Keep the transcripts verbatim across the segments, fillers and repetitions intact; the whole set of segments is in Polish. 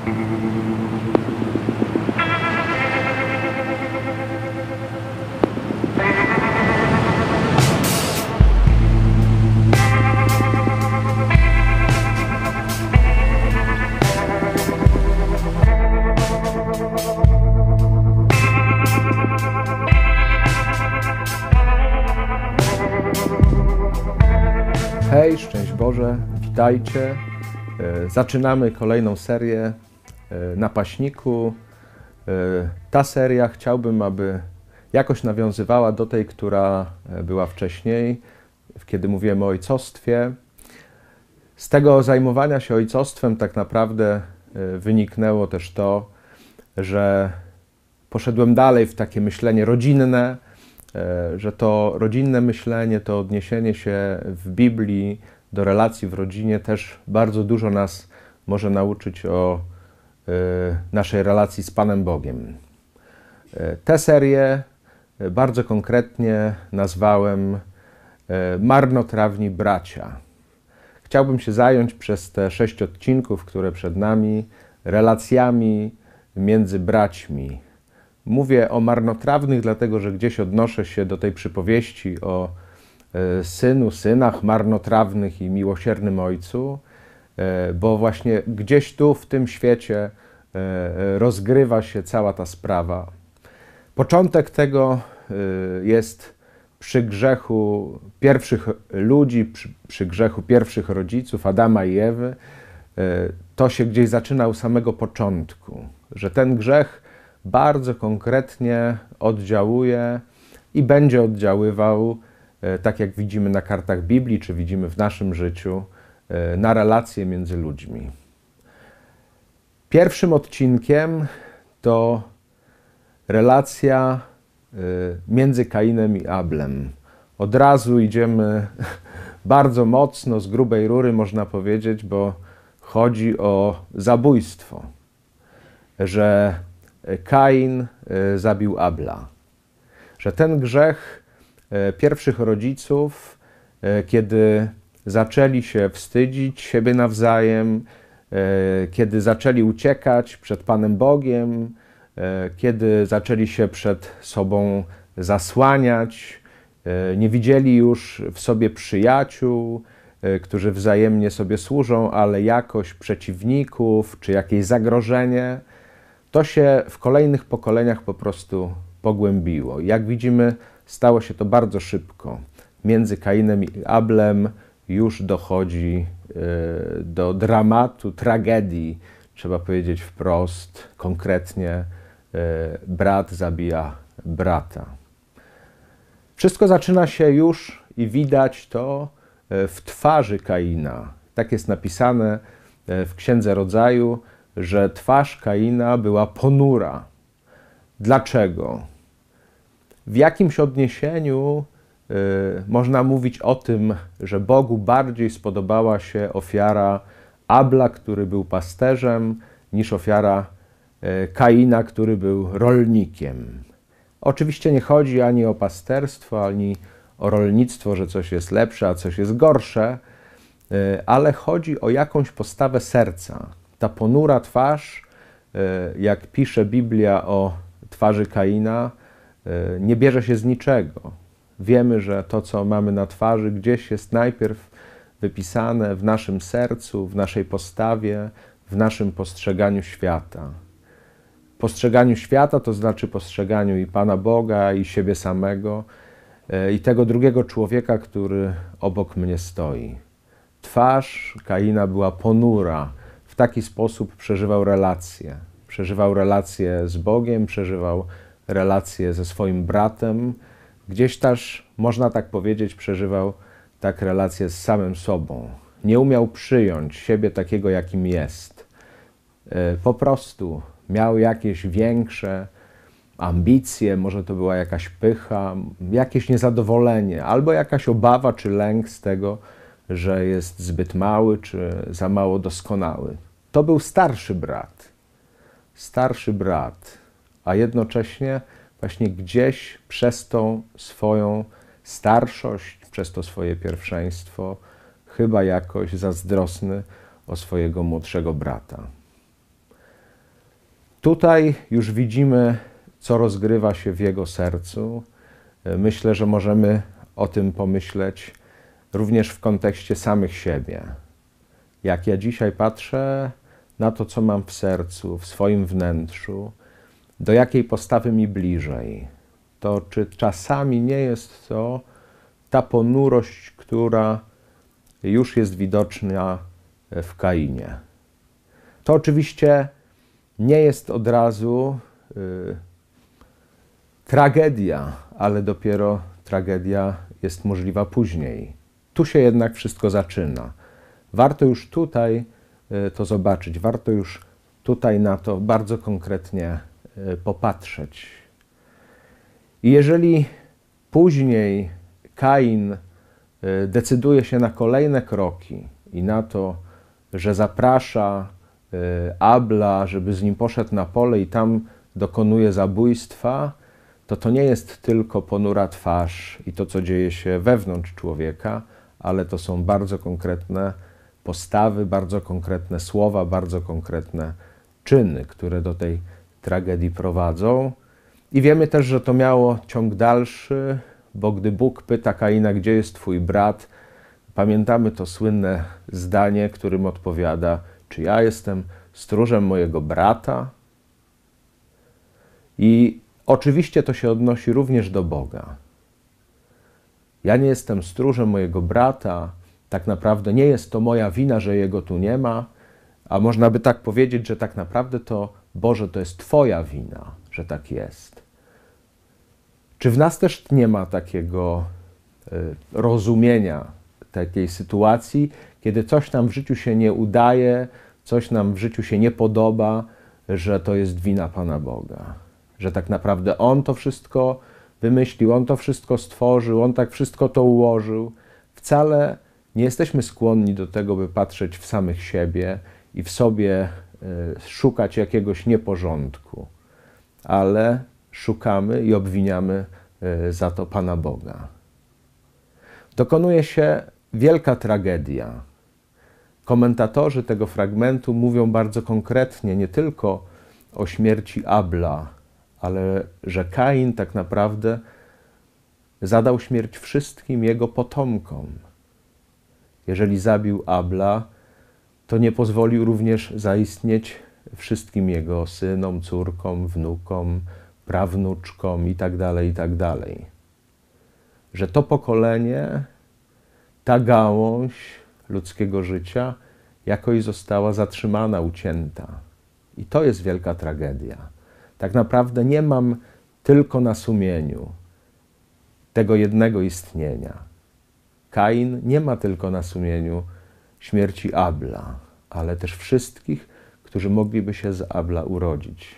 Hej, szczęść Boże, witajcie. Zaczynamy kolejną serię na Paśniku. Ta seria chciałbym, aby jakoś nawiązywała do tej, która była wcześniej, kiedy mówiłem o ojcostwie. Z tego zajmowania się ojcostwem tak naprawdę wyniknęło też to, że poszedłem dalej w takie myślenie rodzinne, że to rodzinne myślenie, to odniesienie się w Biblii do relacji w rodzinie też bardzo dużo nas może nauczyć o naszej relacji z Panem Bogiem. Tę serię bardzo konkretnie nazwałem Marnotrawni bracia. Chciałbym się zająć przez te sześć odcinków, które przed nami, relacjami między braćmi. Mówię o marnotrawnych, dlatego że gdzieś odnoszę się do tej przypowieści o synu, synach marnotrawnych i miłosiernym ojcu, bo właśnie gdzieś tu w tym świecie rozgrywa się cała ta sprawa. Początek tego jest przy grzechu pierwszych ludzi, przy, przy grzechu pierwszych rodziców, Adama i Ewy. To się gdzieś zaczyna u samego początku, że ten grzech bardzo konkretnie oddziałuje i będzie oddziaływał, tak jak widzimy na kartach Biblii, czy widzimy w naszym życiu, na relacje między ludźmi. Pierwszym odcinkiem to relacja między Kainem i Ablem. Od razu idziemy bardzo mocno, z grubej rury można powiedzieć, bo chodzi o zabójstwo, że Kain zabił Abla. Że ten grzech pierwszych rodziców, kiedy zaczęli się wstydzić siebie nawzajem, kiedy zaczęli uciekać przed Panem Bogiem, kiedy zaczęli się przed sobą zasłaniać, nie widzieli już w sobie przyjaciół, którzy wzajemnie sobie służą, ale jakoś przeciwników, czy jakieś zagrożenie, to się w kolejnych pokoleniach po prostu pogłębiło. Jak widzimy, stało się to bardzo szybko. Między Kainem i Ablem już dochodzi do dramatu, tragedii, trzeba powiedzieć wprost, konkretnie, brat zabija brata. Wszystko zaczyna się już i widać to w twarzy Kaina. Tak jest napisane w Księdze Rodzaju, że twarz Kaina była ponura. Dlaczego? W jakimś odniesieniu y, można mówić o tym, że Bogu bardziej spodobała się ofiara Abla, który był pasterzem, niż ofiara y, Kaina, który był rolnikiem. Oczywiście nie chodzi ani o pasterstwo, ani o rolnictwo, że coś jest lepsze, a coś jest gorsze, y, ale chodzi o jakąś postawę serca. Ta ponura twarz, jak pisze Biblia o twarzy Kaina, nie bierze się z niczego. Wiemy, że to, co mamy na twarzy, gdzieś jest najpierw wypisane w naszym sercu, w naszej postawie, w naszym postrzeganiu świata. Postrzeganiu świata to znaczy postrzeganiu i Pana Boga, i siebie samego, i tego drugiego człowieka, który obok mnie stoi. Twarz Kaina była ponura. W taki sposób przeżywał relacje. Przeżywał relacje z Bogiem, przeżywał relacje ze swoim bratem. Gdzieś też, można tak powiedzieć, przeżywał tak relacje z samym sobą. Nie umiał przyjąć siebie takiego, jakim jest. Po prostu miał jakieś większe ambicje, może to była jakaś pycha, jakieś niezadowolenie, albo jakaś obawa czy lęk z tego, że jest zbyt mały czy za mało doskonały. To był starszy brat. Starszy brat, a jednocześnie właśnie gdzieś przez tą swoją starszość, przez to swoje pierwszeństwo, chyba jakoś zazdrosny o swojego młodszego brata. Tutaj już widzimy, co rozgrywa się w jego sercu. Myślę, że możemy o tym pomyśleć również w kontekście samych siebie. Jak ja dzisiaj patrzę na to, co mam w sercu, w swoim wnętrzu, do jakiej postawy mi bliżej, to czy czasami nie jest to ta ponurość, która już jest widoczna w Kainie. To oczywiście nie jest od razu y, tragedia, ale dopiero tragedia jest możliwa później. Tu się jednak wszystko zaczyna. Warto już tutaj y, to zobaczyć, warto już tutaj na to bardzo konkretnie y, popatrzeć. I jeżeli później Kain y, decyduje się na kolejne kroki i na to, że zaprasza y, Abla, żeby z nim poszedł na pole i tam dokonuje zabójstwa, to to nie jest tylko ponura twarz i to, co dzieje się wewnątrz człowieka, ale to są bardzo konkretne postawy, bardzo konkretne słowa, bardzo konkretne czyny, które do tej tragedii prowadzą. I wiemy też, że to miało ciąg dalszy, bo gdy Bóg pyta Kaina, gdzie jest twój brat, pamiętamy to słynne zdanie, którym odpowiada, czy ja jestem stróżem mojego brata? I oczywiście to się odnosi również do Boga. Ja nie jestem stróżem mojego brata, tak naprawdę nie jest to moja wina, że jego tu nie ma, a można by tak powiedzieć, że tak naprawdę to, Boże, to jest Twoja wina, że tak jest. Czy w nas też nie ma takiego y, rozumienia takiej sytuacji, kiedy coś nam w życiu się nie udaje, coś nam w życiu się nie podoba, że to jest wina Pana Boga? Że tak naprawdę On to wszystko wymyślił, On to wszystko stworzył, On tak wszystko to ułożył. Wcale nie jesteśmy skłonni do tego, by patrzeć w samych siebie i w sobie y, szukać jakiegoś nieporządku, ale szukamy i obwiniamy y, za to Pana Boga. Dokonuje się wielka tragedia. Komentatorzy tego fragmentu mówią bardzo konkretnie nie tylko o śmierci Abla, ale że Kain tak naprawdę zadał śmierć wszystkim jego potomkom. Jeżeli zabił Abla, to nie pozwolił również zaistnieć wszystkim jego synom, córkom, wnukom, prawnuczkom itd., itd. Że to pokolenie, ta gałąź ludzkiego życia jakoś została zatrzymana, ucięta. I to jest wielka tragedia. Tak naprawdę nie mam tylko na sumieniu tego jednego istnienia. Kain nie ma tylko na sumieniu śmierci Abla, ale też wszystkich, którzy mogliby się z Abla urodzić.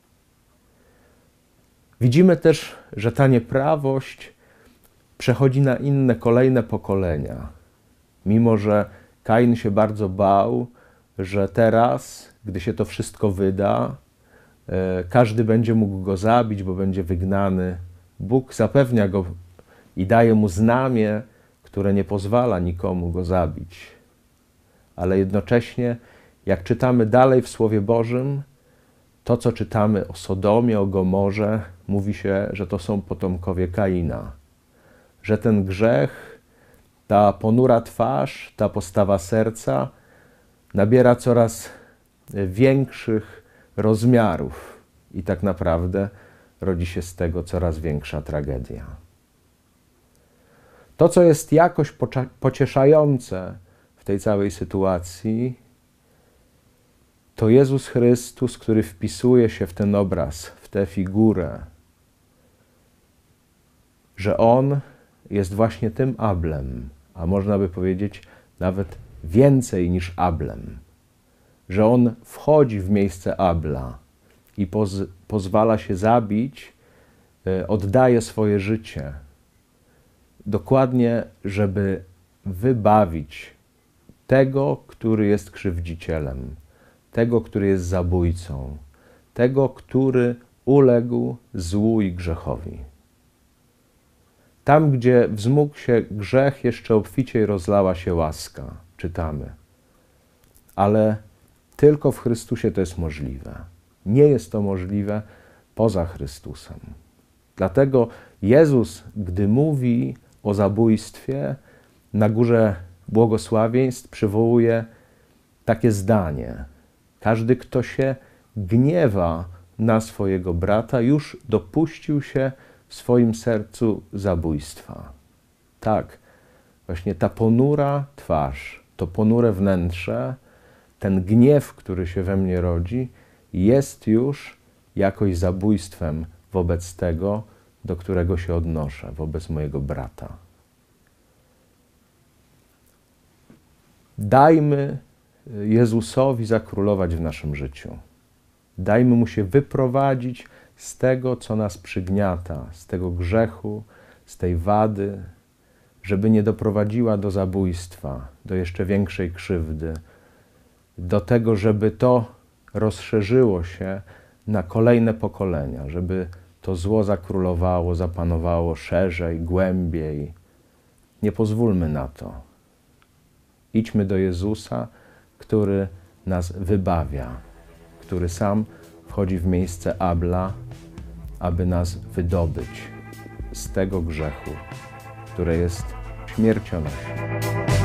Widzimy też, że ta nieprawość przechodzi na inne, kolejne pokolenia. Mimo że Kain się bardzo bał, że teraz, gdy się to wszystko wyda, każdy będzie mógł go zabić, bo będzie wygnany. Bóg zapewnia go i daje mu znamię, które nie pozwala nikomu go zabić. Ale jednocześnie, jak czytamy dalej w Słowie Bożym, to, co czytamy o Sodomie, o Gomorze, mówi się, że to są potomkowie Kaina. Że ten grzech, ta ponura twarz, ta postawa serca nabiera coraz większych rozmiarów i tak naprawdę rodzi się z tego coraz większa tragedia. To, co jest jakoś pocieszające w tej całej sytuacji, to Jezus Chrystus, który wpisuje się w ten obraz, w tę figurę, że On jest właśnie tym Ablem, a można by powiedzieć nawet więcej niż Ablem, że On wchodzi w miejsce Abla i poz pozwala się zabić, oddaje swoje życie, dokładnie, żeby wybawić tego, który jest krzywdzicielem, tego, który jest zabójcą, tego, który uległ złu i grzechowi. Tam, gdzie wzmógł się grzech, jeszcze obficiej rozlała się łaska, czytamy. Ale tylko w Chrystusie to jest możliwe. Nie jest to możliwe poza Chrystusem. Dlatego Jezus, gdy mówi o zabójstwie na Górze Błogosławieństw, przywołuje takie zdanie: każdy, kto się gniewa na swojego brata, już dopuścił się w swoim sercu zabójstwa. Tak, właśnie ta ponura twarz, to ponure wnętrze, ten gniew, który się we mnie rodzi, jest już jakoś zabójstwem wobec tego, do którego się odnoszę, wobec mojego brata. Dajmy Jezusowi zakrólować w naszym życiu. Dajmy Mu się wyprowadzić z tego, co nas przygniata, z tego grzechu, z tej wady, żeby nie doprowadziła do zabójstwa, do jeszcze większej krzywdy, do tego, żeby to rozszerzyło się na kolejne pokolenia, żeby to zło zakrólowało, zapanowało szerzej, głębiej. Nie pozwólmy na to. Idźmy do Jezusa, który nas wybawia, który sam wchodzi w miejsce Abla, aby nas wydobyć z tego grzechu, które jest śmiercionośne.